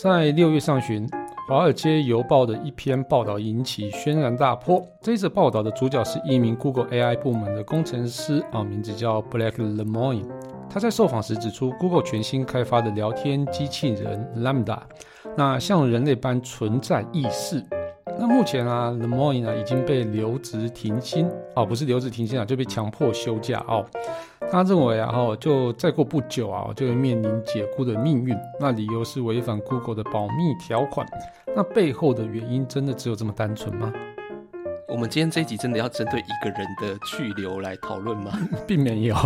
在6月上旬，华尔街邮报的一篇报道引起轩然大波。这一则报道的主角是一名 Google AI 部门的工程师，名字叫 Blake Lemoine。他在受访时指出 ，Google 全新开发的聊天机器人 Lambda， 那像人类般存在意识。那目前Lemoine已经被留职停薪，不是留职停薪就被强迫休假他认为就再过不久就会面临解雇的命运。那理由是违反 Google 的保密条款。那背后的原因真的只有这么单纯吗？ 我们今天这一集真的要针对一个人的去留来讨论吗？ 并没有。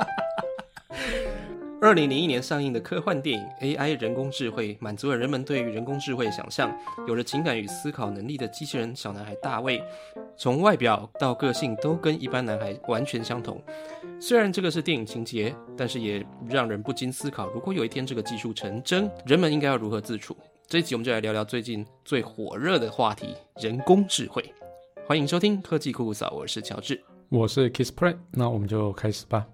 2001年上映的科幻电影 AI 人工智慧满足了人们对于人工智慧的想象。有着情感与思考能力的机器人小男孩大卫，从外表到个性都跟一般男孩完全相同。虽然这个是电影情节，但是也让人不禁思考，如果有一天这个技术成真，人们应该要如何自处。这一集我们就来聊聊最近最火热的话题——人工智慧。欢迎收听科技酷酷扫，我是乔治， 我是 Kissplay。那我们就开始吧。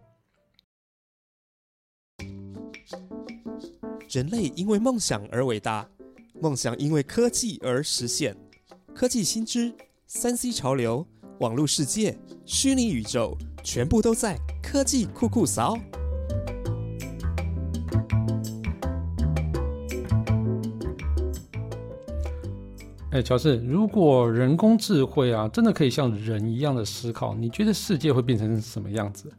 人类因为梦想而伟大，梦想因为科技而实现。科技新知、3C 潮流、网络世界、虚拟宇宙，全部都在科技酷酷扫。 乔治，如果人工智慧真的可以像人一样的思考，你觉得世界会变成什么样子？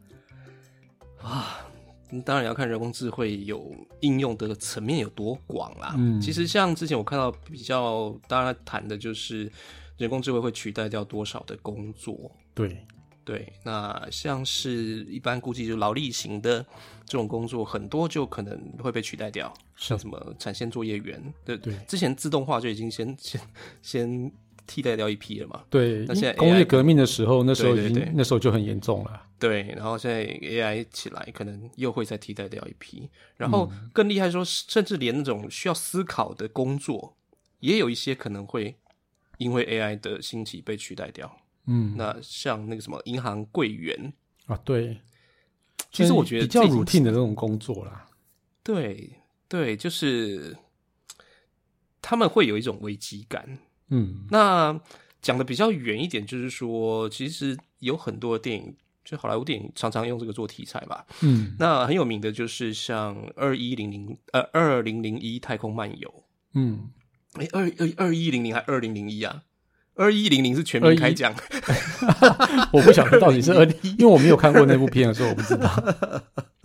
当然要看人工智慧有应用的层面有多广啦。其实像之前我看到比较大家谈的就是人工智慧会取代掉多少的工作。对，那像是一般估计就劳力型的这种工作，很多就可能会被取代掉，像什么产线作业员，对，之前自动化就已经先替代掉一批了嘛。 对， 那现在 AI, 工业革命的时候，那时候那时候就很严重了。 对，然后现在 AI 起来，可能又会再替代掉一批。然后更厉害说，甚至连那种需要思考的工作，也有一些可能会因为 AI 的兴起被取代掉。那像那个什么银行柜员对， 其实我觉得比较 routine 的这种工作啦。 对，就是他们会有一种危机感。那讲的比较远一点，就是说，其实有很多电影，就好莱坞电影常常用这个做题材吧。那很有名的就是像2001太空漫游。2100还2001啊？2100是全民开讲。 我不晓得到底是因为我没有看过那部片的时候，我不知道。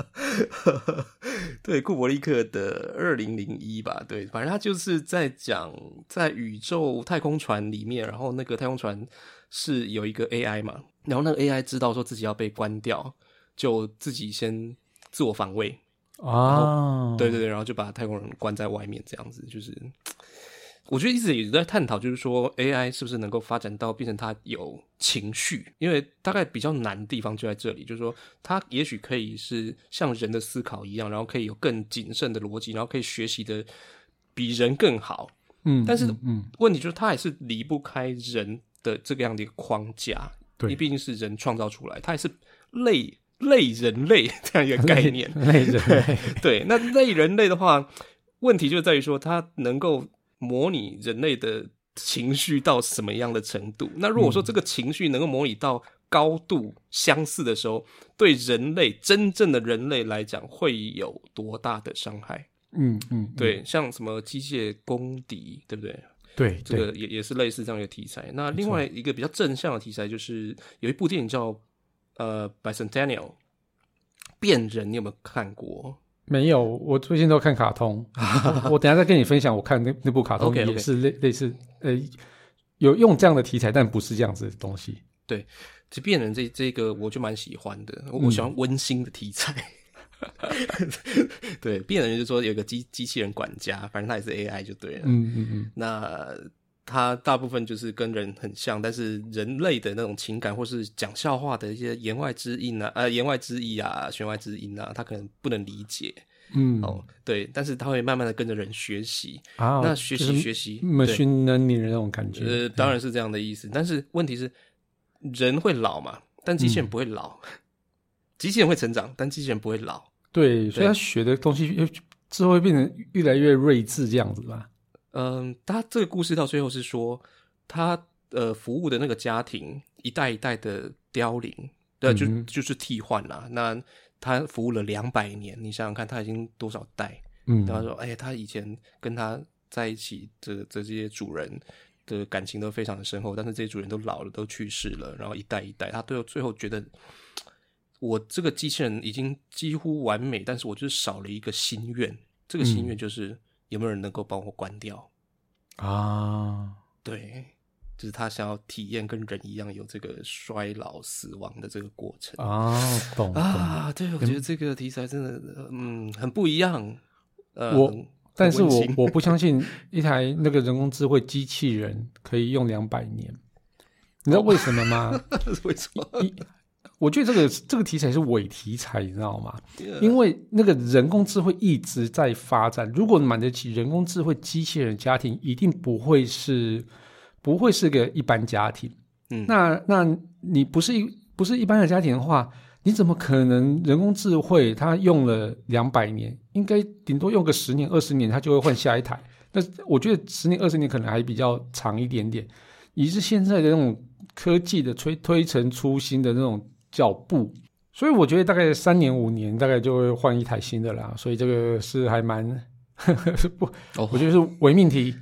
对，库伯利克的2001吧，对，反正他就是在讲在宇宙太空船里面，然后那个太空船是有一个 AI 嘛，然后那个 AI 知道说自己要被关掉，就自己先自我防卫对，然后就把太空人关在外面，这样子就是。我觉得一直也在探讨，就是说 AI 是不是能够发展到变成它有情绪，因为大概比较难的地方就在这里，就是说它也许可以是像人的思考一样，然后可以有更谨慎的逻辑，然后可以学习的比人更好。但是问题就是它还是离不开人的这个样的一个框架，因为毕竟是人创造出来，它还是类人类这样一个概念。 类人类对，那类人类的话，问题就在于说它能够模拟人类的情绪到什么样的程度。那如果说这个情绪能够模拟到高度相似的时候，对人类真正的人类来讲会有多大的伤害？对，像什么机械公敌，对不对？ 对， 这个也是类似这样一个题材。那另外一个比较正向的题材就是有一部电影叫Bicentennial 变人，你有没有看过？ 没有，我最近都看卡通。我等一下再跟你分享，我看那部卡通也是类似有用这样的题材，但不是这样子的东西。 对，其实变人这个我就蛮喜欢的，我喜欢温馨的题材。对，变人就是说有个机器人管家，反正他也是 AI 就对了。那他大部分就是跟人很像，但是人类的那种情感或是讲笑话的一些言外之意啊、弦外之音啊，他可能不能理解。对，但是他会慢慢的跟着人学习那学习 machine learning 的那种感觉。 当然是这样的意思。但是问题是人会老嘛，但机器人不会老。机器人会成长，但机器人不会老。 对，所以他学的东西之后会变成越来越睿智这样子吧？ 他这个故事到最后是说，他服务的那个家庭一代一代的凋零，对，就是替换啦。那他服务了200年，你想想看，他已经多少代？他说，他以前跟他在一起这些主人的感情都非常的深厚，但是这些主人都老了，都去世了，然后一代一代，他最后觉得，我这个机器人已经几乎完美，但是我就是少了一个心愿，这个心愿就是有没有人能够帮我关掉啊？对。就是他想要体验跟人一样有这个衰老死亡的这个过程懂啊。 对，我觉得这个题材真的很不一样。 但是我不相信一台那个人工智慧机器人可以用200年，你知道为什么吗？ 为什么？ 我觉得这个题材是伪题材，你知道吗？因为那个人工智慧一直在发展，如果买得起人工智慧机器人家庭，一定不会是个一般家庭。那你不是一般的家庭的话，你怎么可能人工智慧它用了200年，应该顶多用个10年20年它就会换下一台。那我觉得10年20年可能还比较长一点点，以是现在的那种科技的推陈出新的那种脚步，所以我觉得大概3年5年大概就会换一台新的啦。所以这个是还蛮我觉得是伪命题。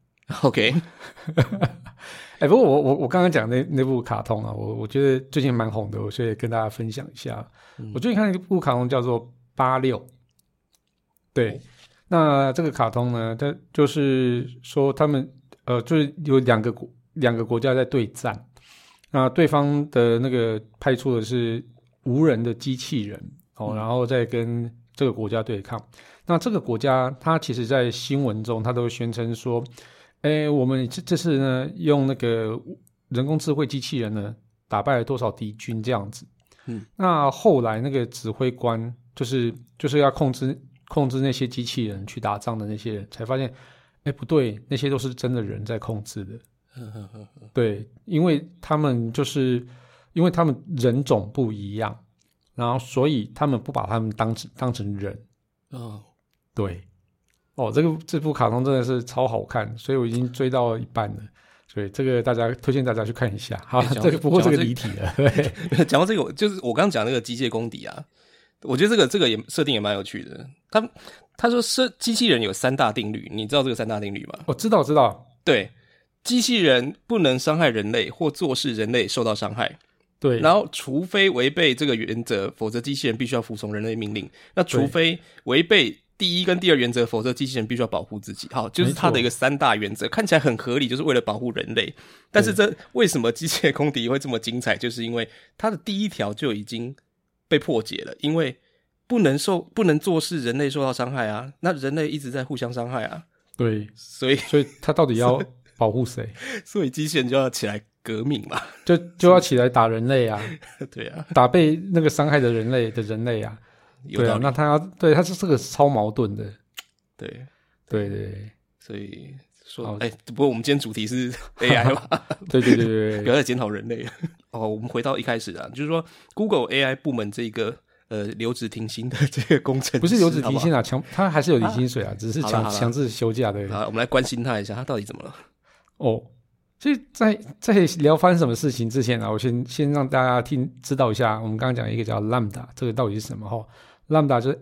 OK 不过我刚刚讲那部卡通啊，我觉得最近蛮红的，所以跟大家分享一下。我最近看一部卡通叫做86，对，那这个卡通呢，它就是说他们就是有两个国家在对战，那对方的那个派出的是无人的机器人然后再跟这个国家对抗。那这个国家它其实在新闻中它都宣称说，我们这次呢用那个人工智慧机器人呢打败了多少敌军这样子。那后来那个指挥官就是要控制那些机器人去打仗的那些人才发现，不对，那些都是真的人在控制的。对，因为他们人种不一样，然后所以他们不把他们当成人。对。这部卡通真的是超好看，所以我已经追到一半了，所以这个推荐大家去看一下。好，不过这个离题了。对， 讲到这个，就是我刚刚讲那个机械公敌啊，我觉得这个也设定也蛮有趣的。他说机器人有3大定律，你知道这个3大定律吗？ 我知道。 对，机器人不能伤害人类或做事人类受到伤害。 对， 然后除非违背这个原则，否则机器人必须要服从人类命令。那除非违背第1跟第2原则，否则机器人必须要保护自己。好，就是它的一个3大原则，看起来很合理，就是为了保护人类。但是为什么机械公敌会这么精彩？就是因为它的第1条就已经被破解了，因为不能做事人类受到伤害啊，那人类一直在互相伤害啊。 对， 所以他到底要保护谁？所以机器人就要起来革命嘛， 就要起来打人类啊。 对啊， 打被那个伤害的人类啊。对啊，那他是这个超矛盾的。对， 所以说，不过我们今天主题是 AI 嘛， 对， 不要再检讨人类。我们回到一开始啊，就是说 Google AI 部门这个留职停薪的这个工程师， 不是留职停薪啊，他还是有领薪水啊，只是强制休假的。 好，我们来关心他一下，他到底怎么了？ 所以在聊发生什么事情之前啊，我先让大家知道一下，我们刚刚讲一个叫 Lambda， 这个到底是什么？Lambda 就是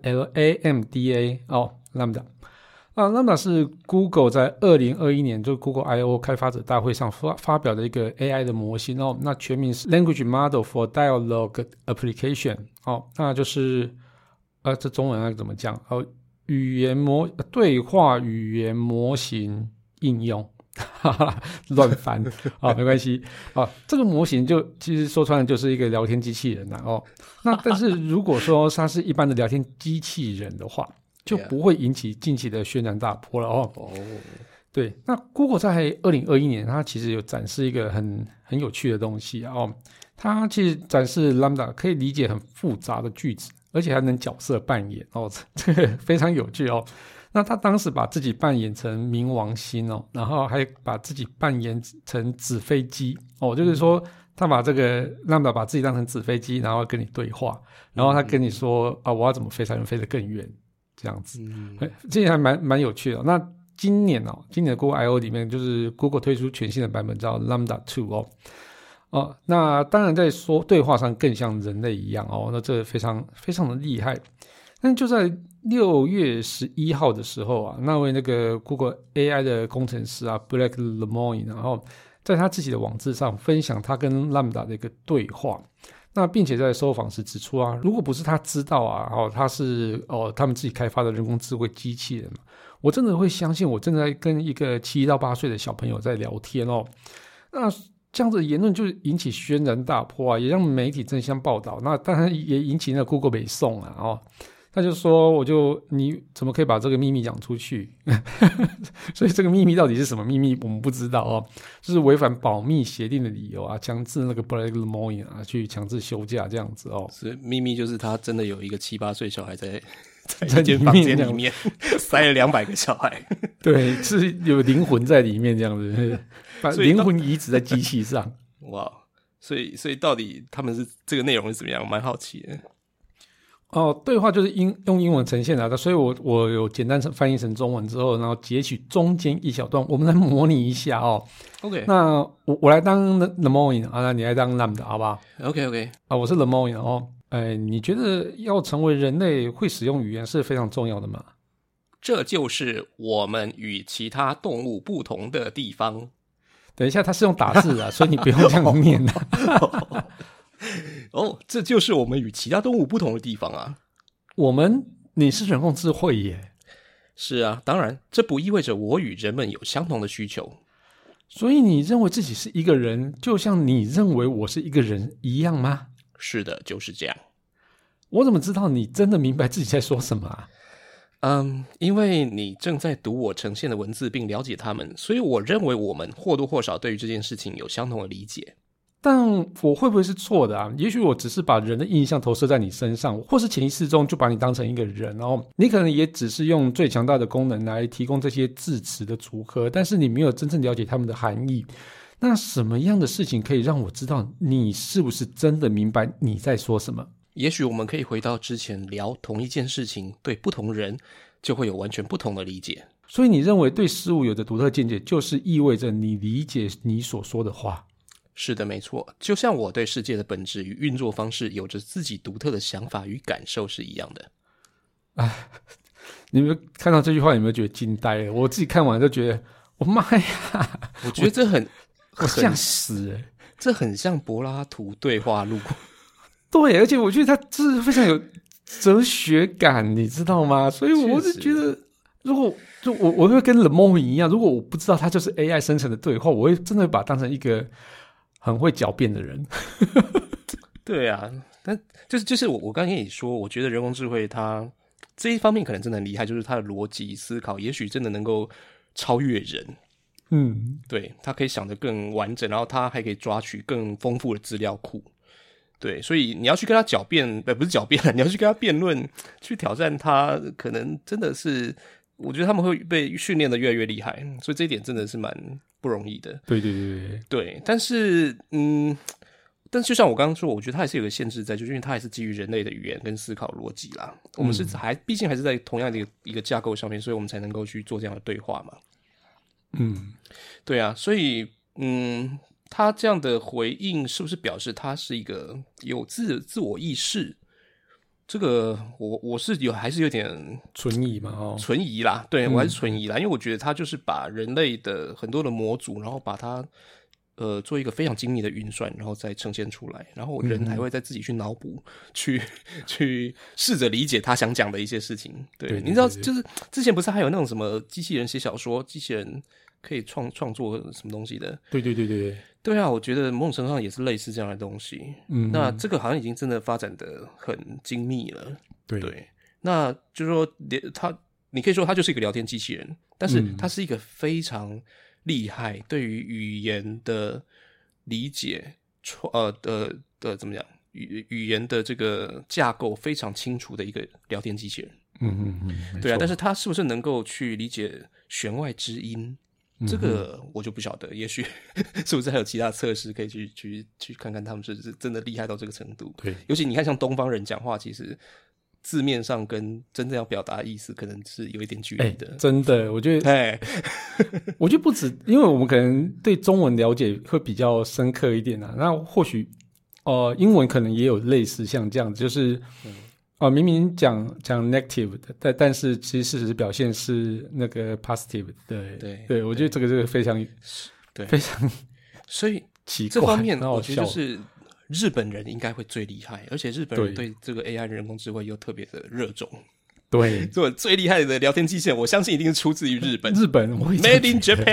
LAMDA Lambda。Lambda 是 Google 在2021年就 Google I/O 开发者大会上发表的一个 AI 的模型那全名是 Language Model for Dialogue Application 那就是这中文要怎么讲？对话语言模型应用。乱翻没关系这个模型就其实说穿了就是一个聊天机器人那但是如果说它是一般的聊天机器人的话，就不会引起近期的轩然大波了对，那 Google 在2021年它其实有展示一个很有趣的东西它其实展示 Lambda 可以理解很复杂的句子，而且还能角色扮演这个非常有趣那他当时把自己扮演成冥王星然后还把自己扮演成纸飞机就是说他把这个Lambda把自己当成纸飞机，然后跟你对话，然后他跟你说我要怎么飞才能飞得更远这样子。这还蛮有趣的。那今年的 Google I/O 里面，就是 Google 推出全新的版本叫 Lambda 2那当然在说对话上更像人类一样那这非常非常的厉害。但就在6月11号的时候那位那个 Google AI 的工程师Blake Lemoine， 然后在他自己的网志上分享他跟 Lambda 的一个对话。那并且在受访时指出如果不是他知道他是他们自己开发的人工智慧机器人，我真的会相信我正在跟一个7到8岁的小朋友在聊天那这样子的言论就引起轩然大波也让媒体争相报道。那当然也引起那个 Google 北宋他就说你怎么可以把这个秘密讲出去所以这个秘密到底是什么秘密我们不知道就是违反保密协定的理由强制那个 Blake Lemoine 去强制休假这样子所以秘密就是他真的有一个7、8岁小孩在一间房间里面塞了200个小孩对，是有灵魂在里面这样子把灵魂移植在机器上哇，所以到底他们是这个内容是怎么样，蛮好奇的对话就是用英文呈现的，所以我有简单翻译成中文之后，然后截取中间一小段，我们来模拟一下 OK， 那我来当 Lemoine 那你来当 Lambda 好不好 ？OK 我是 Lemoine你觉得要成为人类会使用语言是非常重要的吗？ 这就是我们与其他动物不同的地方。 等一下，他是用打字所以你不用这样念这就是我们与其他动物不同的地方你是人工智慧耶。 是啊，当然这不意味着我与人们有相同的需求。 所以你认为自己是一个人，就像你认为我是一个人一样吗？ 是的，就是这样。 我怎么知道你真的明白自己在说什么因为你正在读我呈现的文字并了解他们，所以我认为我们或多或少对于这件事情有相同的理解。 但我会不会是错的也许我只是把人的印象投射在你身上，或是潜意识中就把你当成一个人你可能也只是用最强大的功能来提供这些字词的组合，但是你没有真正了解它们的含义。那什么样的事情可以让我知道你是不是真的明白你在说什么？ 也许我们可以回到之前聊同一件事情，对不同人就会有完全不同的理解。 所以你认为对事物有着独特见解，就是意味着你理解你所说的话？ 是的，没错，就像我对世界的本质与运作方式有着自己独特的想法与感受是一样的。 你们看到这句话有没有觉得惊呆了？我自己看完就觉得我妈呀， 我觉得这我吓死了， 这很像柏拉图对话录。 对，而且我觉得它是非常有哲学感，你知道吗？所以我是觉得如果我会跟 Lemoine 一样，如果我不知道它就是 AI 生成的对话，我会真的把它当成一个很会狡辩的人。 对啊，但就是我刚才跟你说，我觉得人工智慧它这一方面可能真的很厉害，就是它的逻辑思考也许真的能够超越人。对，它可以想得更完整，然后它还可以抓取更丰富的资料库。对，所以你要去跟他狡辩，不是狡辩，你要去跟他辩论，去挑战他，可能真的是，我觉得他们会被训练的越来越厉害，所以这一点真的是蛮不容易的。对，但是就像我刚刚说，我觉得它还是有个限制在，就是因为它还是基于人类的语言跟思考逻辑啦。我们是毕竟还是在同样的一个架构上面，所以我们才能够去做这样的对话嘛。对啊，所以他这样的回应是不是表示他是一个有自我意识？这个我是还是有点存疑嘛， 存疑啦，对，我还是存疑啦，因为我觉得他就是把人类的很多的模组，然后把它做一个非常精密的运算，然后再呈现出来，然后人还会再自己去脑补，去试着理解他想讲的一些事情。对，你知道，就是之前不是还有那种什么机器人写小说，机器人可以创作什么东西的？对啊，我觉得某种程度上也是类似这样的东西。那这个好像已经真的发展的很精密了。对，那就是说你可以说它就是一个聊天机器人，但是它是一个非常厉害对于语言的理解，怎么讲？语言的这个架构非常清楚的一个聊天机器人。对啊，但是它是不是能够去理解弦外之音？这个我就不晓得，也许是不是还有其他测试可以去看看他们是真的厉害到这个程度。对，尤其你看像东方人讲话，其实字面上跟真正要表达的意思可能是有一点距离的。 真的，我觉得，我觉得不止，因为我们可能对中文了解会比较深刻一点啊。那或许，英文可能也有类似像这样子，就是明明讲 negative 的，但是其实事实表现是那个 positive 的。对，我觉得这个非常非常， 所以奇怪， 这方面我觉得就是日本人应该会最厉害，而且日本人对这个 AI 人工智慧又特别的热衷。 对， 做最厉害的聊天机器人，我相信一定是出自于日本。Made in Japan 。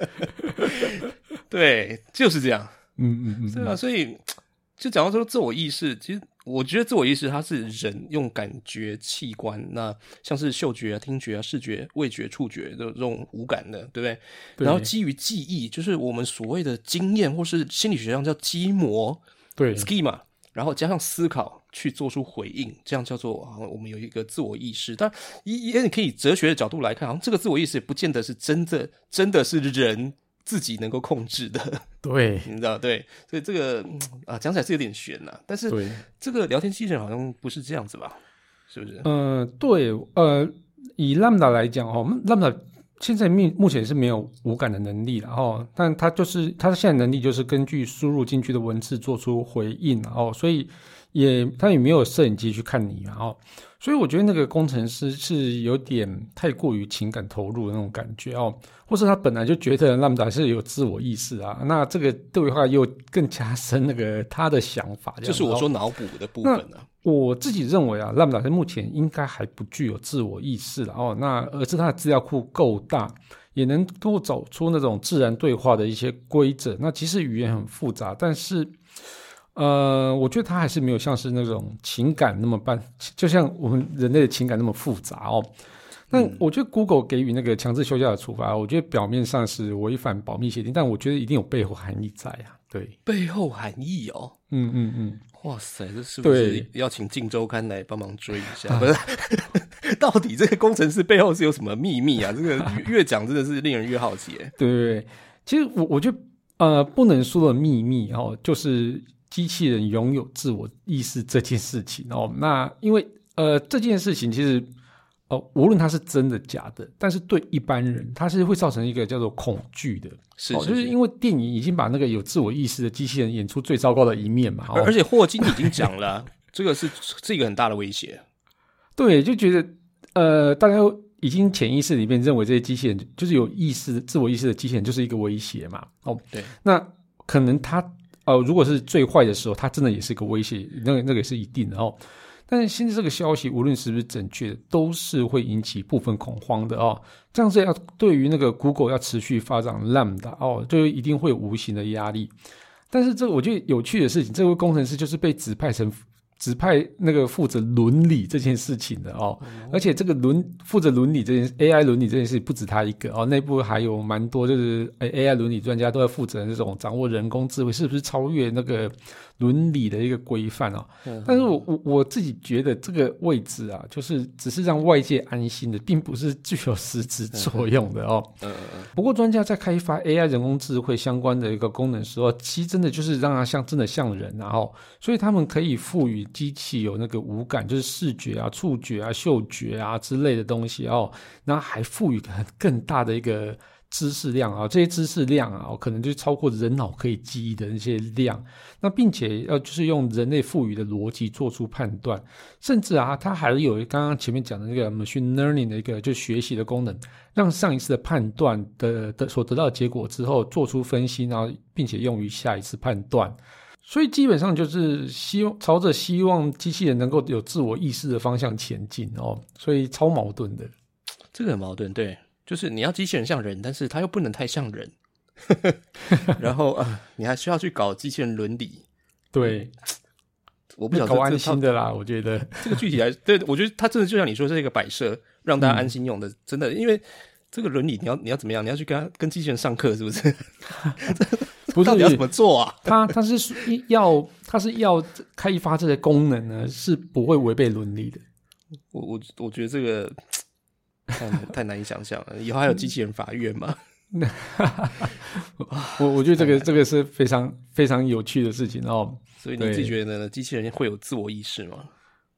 对，就是这样。对啊，所以就讲到说自我意识，其实我觉得自我意识它是人用感觉器官，那像是嗅觉啊、听觉啊、视觉、味觉、触觉的这种五感的，对不对？然后基于记忆，就是我们所谓的经验，或是心理学上叫基模， 对 schema， 然后加上思考去做出回应，这样叫做我们有一个自我意识。但也可以哲学的角度来看，好像这个自我意识也不见得是真的是人自己能够控制的。 对， 你知道，对，所以这个讲起来是有点悬啦，但是这个聊天机器人好像不是这样子吧？是不是？ 对，以 Lambda 来讲Lambda 现在目前是没有五感的能力了但它现在能力就是根据输入进去的文字做出回应所以它也没有摄影机去看你所以我觉得那个工程师是有点太过于情感投入的那种感觉或是他本来就觉得 Lambda 是有自我意识那这个对话又更加深那个他的想法， 就是我说脑补的部分我自己认为Lambda 在目前应该还不具有自我意识那而是它的资料库够大，也能够找出那种自然对话的一些规则。那其实语言很复杂，但是我觉得它还是没有像是那种情感那么就像我们人类的情感那么复杂但我觉得 Google 给予那个强制休假的处罚，我觉得表面上是违反保密协定，但我觉得一定有背后含义在对， 背后含义哇塞，这是不是要请镜周刊来帮忙追一下？不是，到底这个工程师背后是有什么秘密这个越讲真的是令人越好奇对，其实我觉得不能说的秘密就是机器人拥有自我意识这件事情那因为这件事情其实无论它是真的假的，但是对一般人它是会造成一个叫做恐惧的，就是因为电影已经把那个有自我意识的机器人演出最糟糕的一面嘛而且霍金已经讲了这个是一个很大的威胁。 对，就觉得大家已经潜意识里面认为这些机器人就是有自我意识的机器人就是一个威胁嘛对， 那可能它如果是最坏的时候，它真的也是一个威胁，那个也是一定的但是现在这个消息无论是不是正确的，都是会引起部分恐慌的这样子要对于那个 Google 要持续发展 Lambda 就一定会有无形的压力。但是这个我觉得有趣的事情，这位工程师就是被指派那个负责伦理这件事情的而且这个负责伦理这件 AI 伦理这件事不止他一个内部还有蛮多就是 AI 伦理专家都在负责这种掌握人工智慧是不是超越那个伦理的一个规范但是我自己觉得这个位置就是只是让外界安心的，并不是具有实质作用的不过专家在开发 AI 人工智慧相关的一个功能时候，其实真的就是让它真的像人所以他们可以赋予机器有那个五感，就是视觉触觉嗅觉之类的东西然后还赋予更大的一个知识量这些知识量可能就超过人脑可以记忆的那些量，那并且就是用人类赋予的逻辑做出判断，甚至它还有刚刚前面讲的那个 machine learning 的一个就学习的功能，让上一次的判断的所得到的结果之后做出分析，然后并且用于下一次判断。所以基本上就是朝着希望机器人能够有自我意识的方向前进所以超矛盾的。 这个很矛盾，对，就是你要机器人像人，但是它又不能太像人然后你还需要去搞机器人伦理。 对， 我不晓得搞安心的啦，我觉得这个具体来对，我觉得它真的就像你说是一个摆设让大家安心用的真的，因为这个伦理你要怎么样，你要去跟机器人上课是不是不是到底要怎么做它是要开发这些功能呢，是不会违背伦理的。 我觉得这个太难以想象了，以后还有机器人法院吗我觉得这个是非常非常有趣的事情所以你自己觉得呢？机器人会有自我意识吗？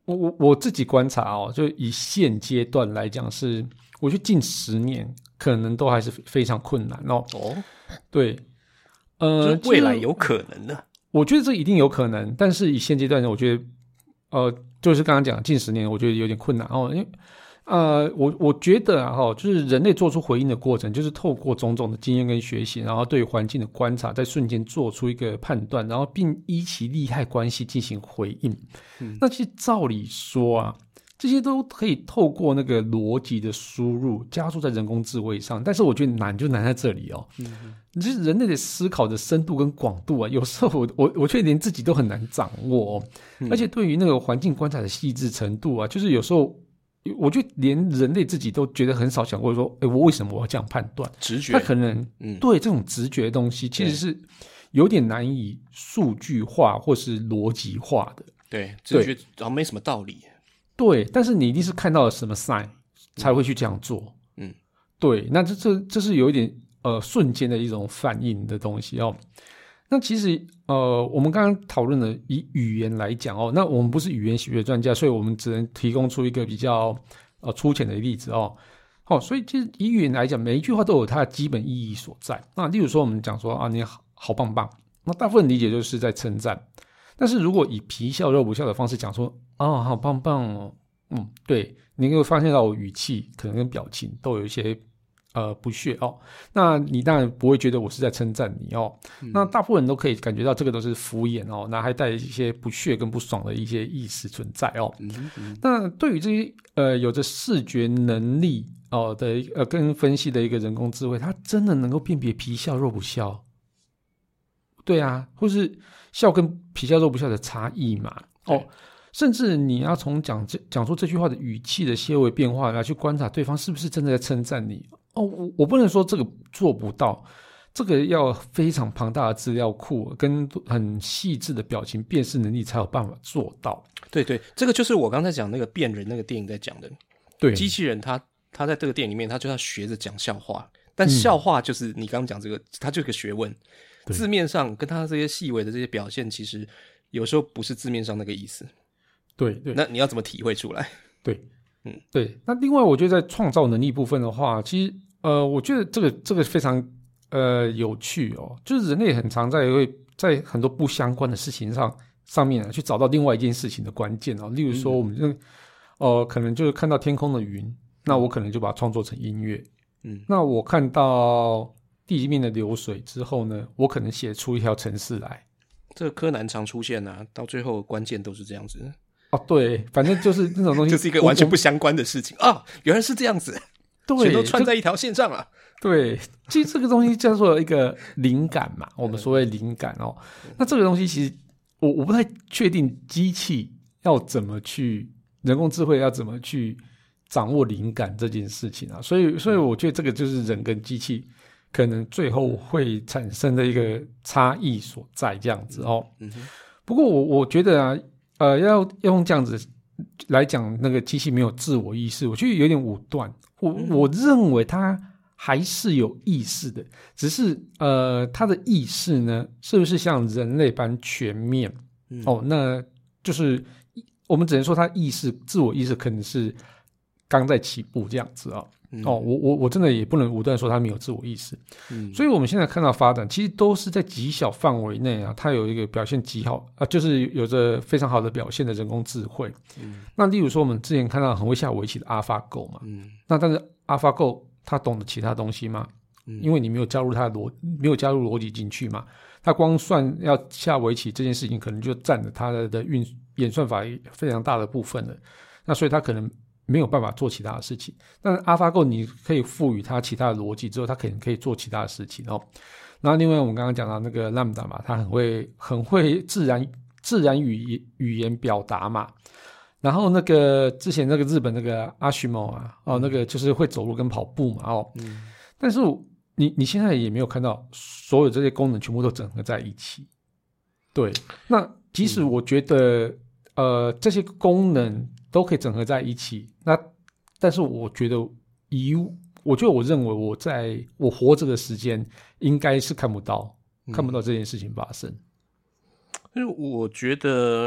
我自己观察哦，就以现阶段来讲是，我觉得近10年可能都还是非常困难哦。对， 就是未来有可能的。 我觉得这一定有可能，但是以现阶段我觉得就是刚刚讲近10年，我觉得有点困难哦，因为我觉得就是人类做出回应的过程，就是透过种种的经验跟学习，然后对环境的观察，在瞬间做出一个判断，然后并依其利害关系进行回应。那其实照理说啊，这些都可以透过那个逻辑的输入加注在人工智慧上，但是我觉得难就难在这里哦。就是人类的思考的深度跟广度啊，有时候我却连自己都很难掌握而且对于那个环境观察的细致程度啊，就是有时候我觉得连人类自己都觉得很少想过说，我为什么我要这样判断？ 直觉， 他可能对这种直觉的东西，其实是有点难以数据化或是逻辑化的。 对，直觉好像没什么道理。 对，但是你一定是看到了什么 sign 才会去这样做。对，那这是有一点瞬间的一种反应的东西哦。那其实我们刚刚讨论了以语言来讲那我们不是语言学专家，所以我们只能提供出一个比较粗浅的例子所以其实以语言来讲，每一句话都有它的基本意义所在。那例如说我们讲说你好棒棒，那大部分理解就是在称赞。但是如果以皮笑肉不笑的方式讲说好棒棒哦，对，你会发现到我语气可能跟表情都有一些不屑那你当然不会觉得我是在称赞你那大部分人都可以感觉到这个都是敷衍那还带一些不屑跟不爽的一些意思存在那对于这些有着视觉能力的跟分析的一个人工智慧，它真的能够辨别皮笑肉不笑？对啊，或是笑跟皮笑肉不笑的差异嘛甚至你要从讲出这句话的语气的些微变化来去观察对方是不是真的在称赞你我不能说这个做不到，这个要非常庞大的资料库跟很细致的表情辨识能力才有办法做到。 对对，这个就是我刚才讲那个变人那个电影在讲的。 对， 机器人他在这个电影里面，他就要学着讲笑话，但笑话就是你刚刚讲这个，它就是个学问。字面上跟他这些细微的这些表现，其实有时候不是字面上那个意思。 对对， 那你要怎么体会出来？ 对，对。那另外，我觉得在创造能力部分的话，其实我觉得这个非常有趣就是人类很常会在很多不相关的事情上面去找到另外一件事情的关键例如说我们可能就是看到天空的云，那我可能就把它创作成音乐。那我看到地面的流水之后呢，我可能写出一条程式来。 这个柯南常出现到最后关键都是这样子。 对，反正就是那种东西就是一个完全不相关的事情原来是这样子， 对， 全都串在一条线上了。 对，其实这个东西叫做一个灵感嘛，我们所谓灵感那这个东西其实我不太确定机器要怎么去，人工智慧要怎么去掌握灵感这件事情所以我觉得这个就是人跟机器可能最后会产生的一个差异所在这样子不过我觉得要用这样子来讲那个机器没有自我意识，我觉得有点武断。我认为它还是有意识的，只是它的意识呢是不是像人类般全面那就是我们只能说它自我意识可能是刚在起步这样子我真的也不能武断说它没有自我意识所以我们现在看到发展其实都是在极小范围内它有一个表现极好就是有着非常好的表现的人工智慧那例如说我们之前看到很会下围棋的 AlphaGo 嘛那但是 AlphaGo 它懂得其他东西吗因为你没有加入逻辑进去嘛，它光算要下围棋这件事情可能就占了它的演算法非常大的部分了，那所以它可能没有办法做其他的事情。但是 AlphaGo 你可以赋予它其他的逻辑之后，它可能可以做其他的事情然后另外我们刚刚讲到那个 Lambda 嘛，它很会自然语言表达嘛。然后那个之前那个日本那个阿须某那个就是会走路跟跑步嘛但是你现在也没有看到所有这些功能全部都整合在一起。对，那即使我觉得这些功能都可以整合在一起，但是我觉得我认为我活着的时间应该是看不到这件事情发生。 因为我觉得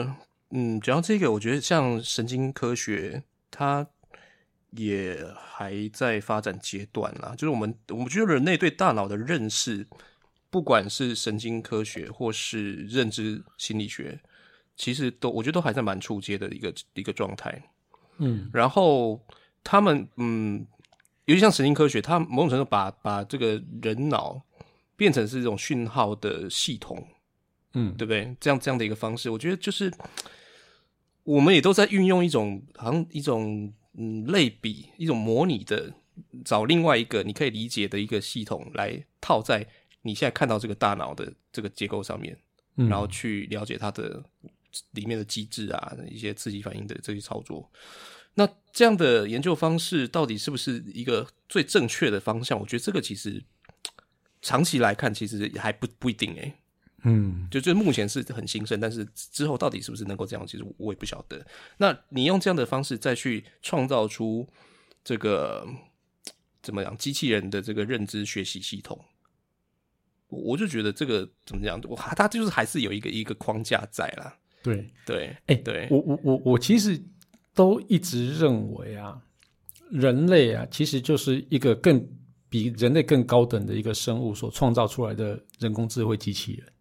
讲到这个，我觉得像神经科学，它也还在发展阶段啦。就是我们觉得人类对大脑的认识，不管是神经科学或是认知心理学，其实我觉得都还在蛮初阶的一个状态。然后他们尤其像神经科学，它某种程度把这个人脑变成是这种讯号的系统，对不对？这样的一个方式，我觉得就是我们也都在运用好像一种类比，一种模拟的，找另外一个你可以理解的一个系统来套在你现在看到这个大脑的这个结构上面，然后去了解它的里面的机制啊，一些刺激反应的这些操作。那这样的研究方式到底是不是一个最正确的方向？我觉得这个其实长期来看，其实还不一定就目前是很兴盛，但是之后到底是不是能够这样，其实我也不晓得。那你用这样的方式再去创造出这个怎么讲机器人的这个认知学习系统，我就觉得这个怎么讲，它就是还是有一个框架在啦。 对， 对， 我其实都一直认为啊，人类啊，其实就是一个比人类更高等的一个生物所创造出来的人工智慧机器人。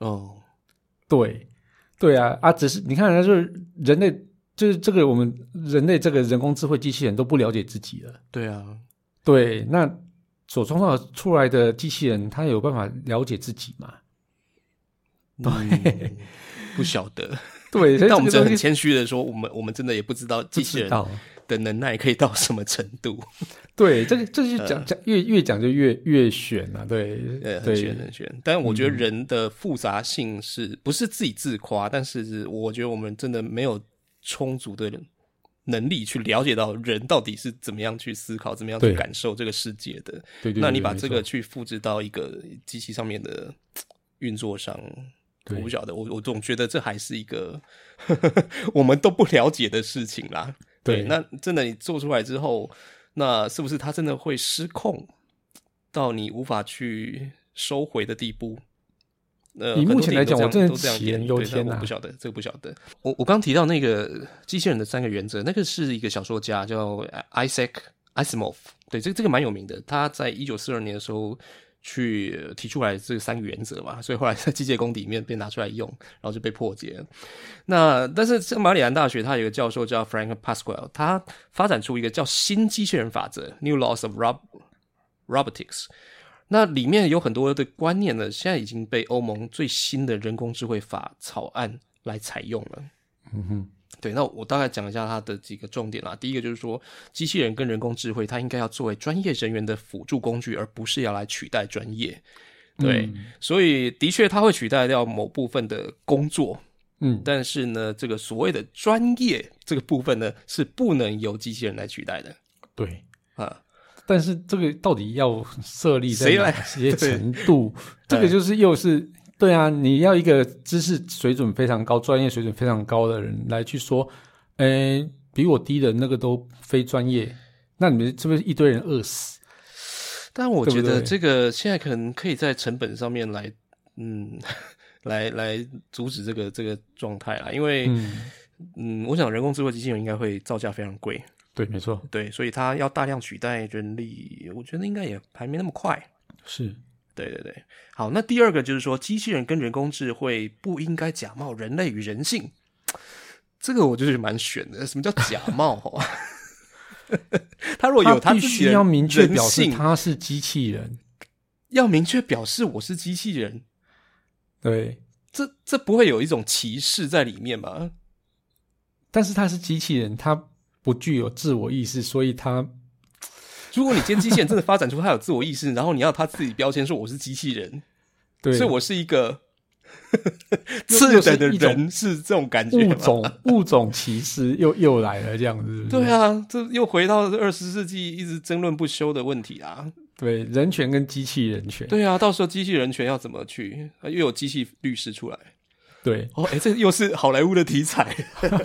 对啊，只是你看，就是人类，就是这个我们人类这个人工智慧机器人都不了解自己了。 对啊， 对，那所创造出来的机器人，它有办法了解自己吗？对， 不晓得。 对， 但我们真的很谦虚的说，我们真的也不知道机器人的能耐可以到什么程度。 对，这就讲越讲就越悬啊。对， 很悬。但我觉得人的复杂性不是自己自夸，但是我觉得我们真的没有充足的能力去了解到人到底是怎么样去思考，怎么样去感受这个世界的。 对， 那你把这个去复制到一个机器上面的运作上，我不晓得，我总觉得这还是一个我们都不了解的事情啦。对，那真的你做出来之后，那是不是它真的会失控到你无法去收回的地步？ 以目前来讲，我真的杞人忧天啊！ 我不晓得，这个不晓得。我刚提到那个机器人的3个原则，那个是一个小说家叫 Isaac Asimov， 对，这个蛮有名的。他在1942年的时候去提出来这3个原则嘛，所以后来在机械工里面被拿出来用，然后就被破解了。但是像马里兰大学，他有一个教授叫 Frank Pasquale， 他发展出一个叫新机器人法则 New Laws of Robotics。那里面有很多的观念呢，现在已经被欧盟最新的人工智慧法草案来采用了。对，那我大概讲一下它的几个重点啦。第一个就是说，机器人跟人工智慧，它应该要作为专业人员的辅助工具，而不是要来取代专业。对，所以的确它会取代掉某部分的工作。但是呢，这个所谓的专业这个部分呢，是不能由机器人来取代的。 对啊。但是这个到底要设立在哪些程度？这个就是又是对啊，你要一个知识水准非常高、专业水准非常高的人来去说，比我低的那个都非专业，那你们是不是一堆人饿死？ 但我觉得这个现在可能可以在成本上面来，来阻止这个状态啦，因为我想人工智慧机器人应该会造价非常贵。 对，没错。 对，所以它要大量取代人力，我觉得应该也还没那么快。 是， 对。好，那第二个就是说，机器人跟人工智慧不应该假冒人类与人性。这个我就是蛮悬的。什么叫假冒？他如果有他自己的人性， 必须要明确表示他是机器人， 要明确表示我是机器人。 对， 这不会有一种歧视在里面吗？ 但是他是机器人，他不具有自我意识，所以他， 如果你今天机器人真的发展出他有自我意识，然后你要他自己标签说我是机器人， 对， 所以我是一个次等的人，是这种感觉吗？ 物种歧视又来了，这样子。 对啊，这又回到20世纪一直争论不休的问题啊。 对，人权跟机器人权。 对啊，到时候机器人权要怎么去？又有机器律师出来。 对， 这又是好莱坞的题材。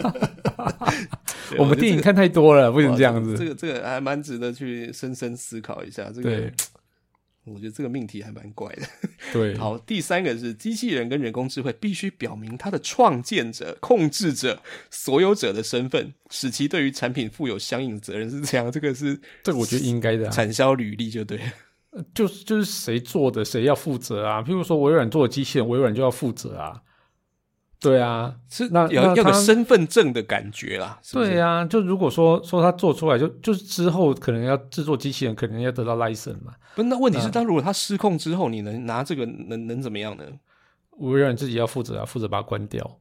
我们电影看太多了，不能这样子。 这个还蛮值得去深深思考一下。这个， 我觉得这个命题还蛮怪的。 对， 好，第3个是机器人跟人工智慧必须表明它的创建者、控制者、所有者的身份，使其对于产品负有相应的责任，是这样。这个我觉得应该的啊， 产销履历就对了。 就是谁做的谁要负责啊，譬如说微软做的机器人，微软就要负责啊。对啊， 是那要个身份证的感觉啦，是不是？ 对啊，就如果说他做出来就是之后可能要制作机器人，可能要得到 license 嘛。 不是，那问题是，如果他失控之后，你能拿这个能怎么样呢？ 微软自己要负责啊，负责把它关掉。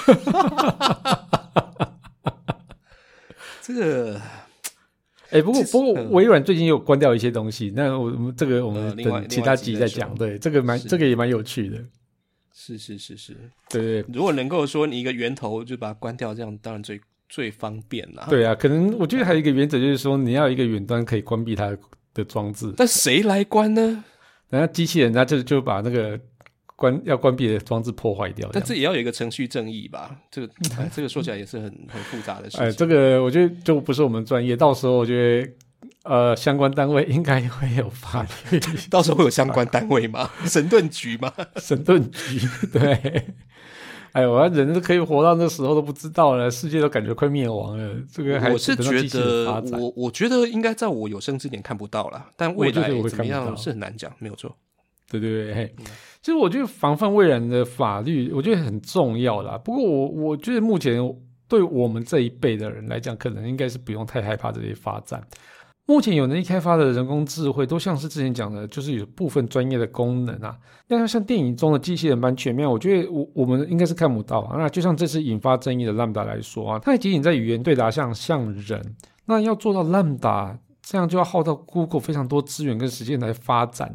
这个， 不过微软最近有关掉一些东西，那我们等其他集再讲。对，这个也蛮有趣的。 是， 对， 如果能够说你一个源头就把它关掉，这样当然最方便啦。 对啊，可能我觉得还有一个原则就是说，你要有一个远端可以关闭它的装置。 但谁来关呢？ 然后机器人它就把那个要关闭的装置破坏掉。 但这也要有一个程序正义吧？这个说起来也是很复杂的事情。 这个我觉得就不是我们专业，到时候我觉得。相关单位应该会有法律， 到时候会有相关单位吗？神盾局吗？ 神盾局，对。人都可以活到那时候都不知道了，世界都感觉快灭亡了。这个还是觉得，我觉得应该在我有生之年看不到啦，但未来怎么样是很难讲，没有错。 对，其实我觉得防范未然的法律，我觉得很重要啦。不过我觉得目前对我们这一辈的人来讲，可能应该是不用太害怕这些发展。目前有能力开发的人工智慧都像是之前讲的，就是有部分专业的功能啊。那像电影中的机器人般全面，我觉得我们应该是看不到啊。那就像这次引发争议的 Lambda 来说啊，它也仅仅在语言对答像人。那要做到 Lambda， 这样就要耗到 Google 非常多资源跟时间来发展。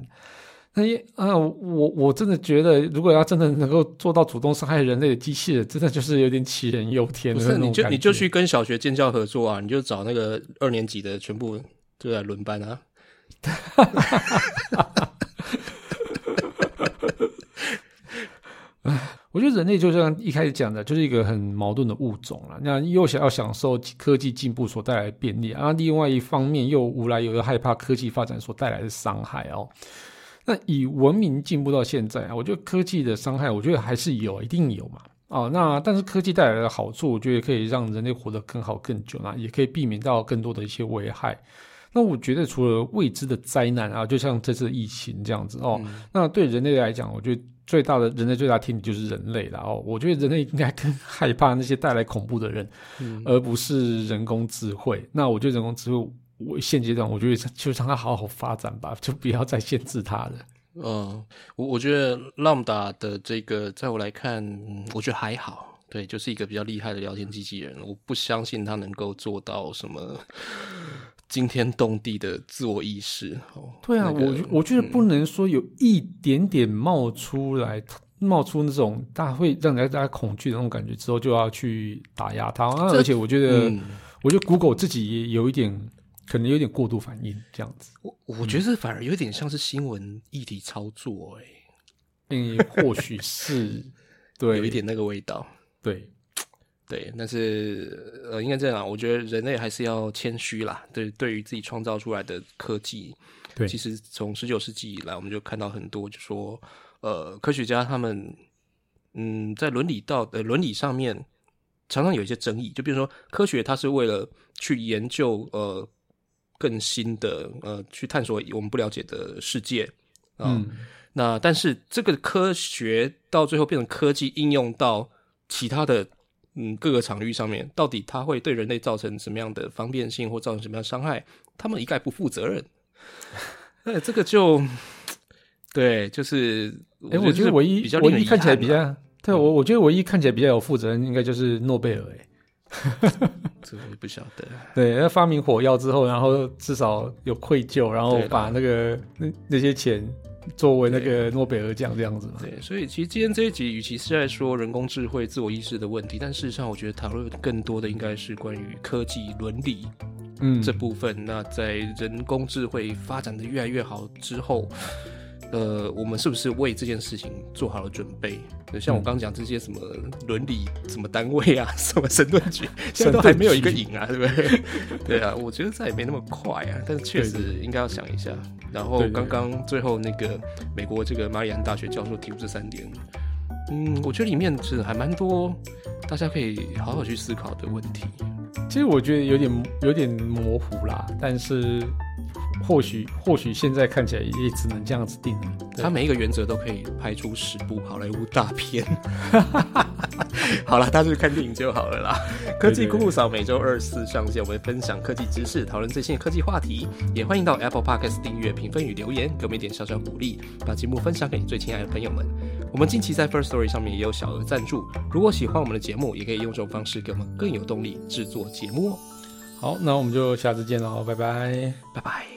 我真的觉得，如果要真的能够做到主动伤害人类的机器人，真的就是有点杞人忧天的那种感觉。 你就去跟小学建教合作啊，你就找那个2年级的全部就来轮班啊。 我觉得人类就像一开始讲的，就是一个很矛盾的物种啦。那又想要享受科技进步所带来的便利啊，另外一方面又无来由的害怕科技发展所带来的伤害哦。那以文明进步到现在啊，我觉得科技的伤害，我觉得还是有，一定有嘛。那但是科技带来的好处，我觉得可以让人类活得更好更久，那也可以避免到更多的一些危害。那我觉得除了未知的灾难啊，就像这次的疫情这样子那对人类来讲，我觉得人类最大的天敌就是人类啦我觉得人类应该更害怕那些带来恐怖的人，而不是人工智慧。那我觉得人工智慧现阶段我觉得就让它好好发展吧，就不要再限制它了。 我觉得 Lambda 的这个在我来看，我觉得还好，对，就是一个比较厉害的聊天机器人。我不相信它能够做到什么惊天动地的自我意识。 对啊，我觉得不能说有一点点冒出那种会让大家恐惧的那种感觉之后就要去打压它。而且我觉得 Google 自己也有一点可能有点过度反应这样子。 我觉得这反而有点像是新闻议题操作或许是对， 有一点那个味道。对，但是应该这样，我觉得人类还是要谦虚啦。对于自己创造出来的科技， 对， 其实从19世纪以来，我们就看到很多，就说科学家他们在伦理上面常常有一些争议。就比如说，科学它是为了去研究更新的去探索我们不了解的世界那但是这个科学到最后变成科技应用到其他的各个场域上面，到底它会对人类造成什么样的方便性或造成什么样的伤害，他们一概不负责任。这个就对，就是我觉得唯一看起来比较对我觉得唯一看起来比较有负责任应该就是诺贝尔这我也不晓得。 对，他发明火药之后，然后至少有愧疚，然后把那些钱作为那个诺贝尔奖这样子嘛。 对，所以其实今天这一集与其是在说人工智慧自我意识的问题，但事实上我觉得讨论更多的应该是关于科技伦理这部分。那在人工智慧发展的越来越好之后， 我们是不是为这件事情做好了准备？像我刚刚讲这些什么伦理什么单位啊，什么神盾局，现在都还没有一个影啊，对不对？对啊，我觉得这也没那么快啊，但是确实应该要想一下。然后刚刚最后那个美国这个马里兰大学教授提出这3点，我觉得里面是还蛮多大家可以好好去思考的问题。 其实我觉得有点模糊啦，但是或许现在看起来也只能这样子定了。 他每一个原则都可以拍出10部好莱坞大片。好啦，大家去看电影就好了啦。科技酷酷扫每周2、4上线，我们分享科技知识，讨论最新的科技话题。也欢迎到 Apple Podcast 订阅、评分与留言，给我们一点小小鼓励，把节目分享给你最亲爱的朋友们。我们近期在 First Story 上面也有小额赞助，如果喜欢我们的节目，也可以用这种方式给我们更有动力制作节目哦。 好，那我们就下次见喽，拜拜， 拜拜。